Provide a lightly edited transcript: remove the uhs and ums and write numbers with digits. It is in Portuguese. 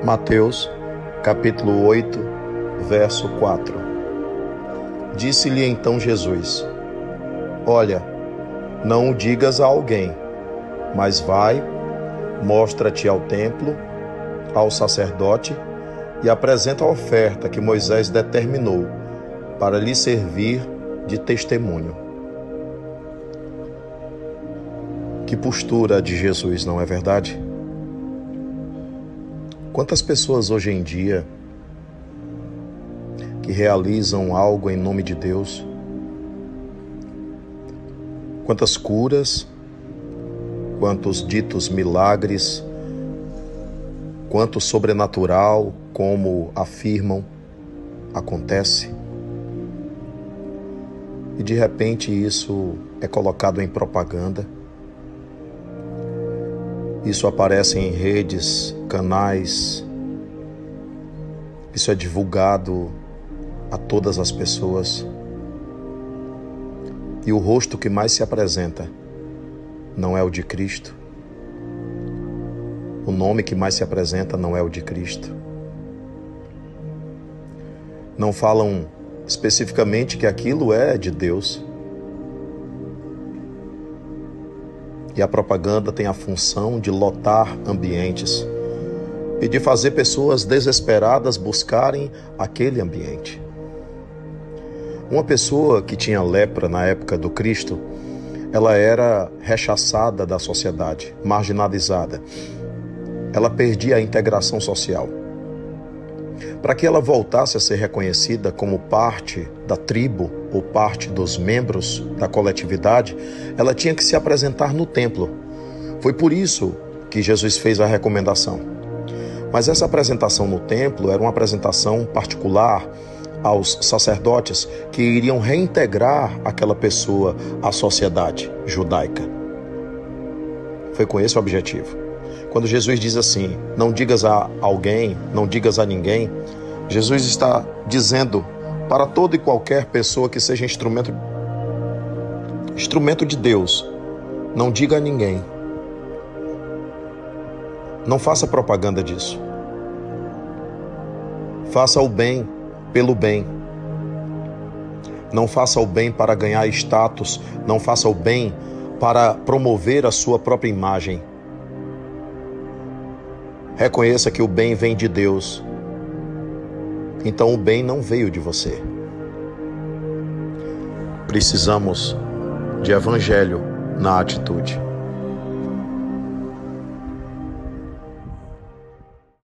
Mateus, capítulo 8, verso 4. Disse-lhe então Jesus: Olha, não o digas a alguém, mas vai, mostra-te ao templo, ao sacerdote, e apresenta a oferta que Moisés determinou para lhe servir de testemunho. Que postura de Jesus, não é verdade? Quantas pessoas hoje em dia que realizam algo em nome de Deus, quantas curas, quantos ditos milagres, quanto sobrenatural, como afirmam, acontece. E de repente isso é colocado em propaganda. Isso aparece em redes, canais. Isso é divulgado a todas as pessoas. E o rosto que mais se apresenta não é o de Cristo. O nome que mais se apresenta não é o de Cristo. Não falam especificamente que aquilo é de Deus. E a propaganda tem a função de lotar ambientes e de fazer pessoas desesperadas buscarem aquele ambiente. Uma pessoa que tinha lepra na época do Cristo, ela era rechaçada da sociedade, marginalizada. Ela perdia a integração social. Para que ela voltasse a ser reconhecida como parte da tribo ou parte dos membros da coletividade, ela tinha que se apresentar no templo. Foi por isso que Jesus fez a recomendação. Mas essa apresentação no templo era uma apresentação particular aos sacerdotes que iriam reintegrar aquela pessoa à sociedade judaica. Foi com esse o objetivo. Quando Jesus diz assim, não digas a alguém, não digas a ninguém, Jesus está dizendo para toda e qualquer pessoa que seja instrumento de Deus, não diga a ninguém. Não faça propaganda disso. Faça o bem pelo bem. Não faça o bem para ganhar status, não faça o bem para promover a sua própria imagem. Reconheça que o bem vem de Deus. Então o bem não veio de você. Precisamos de evangelho na atitude.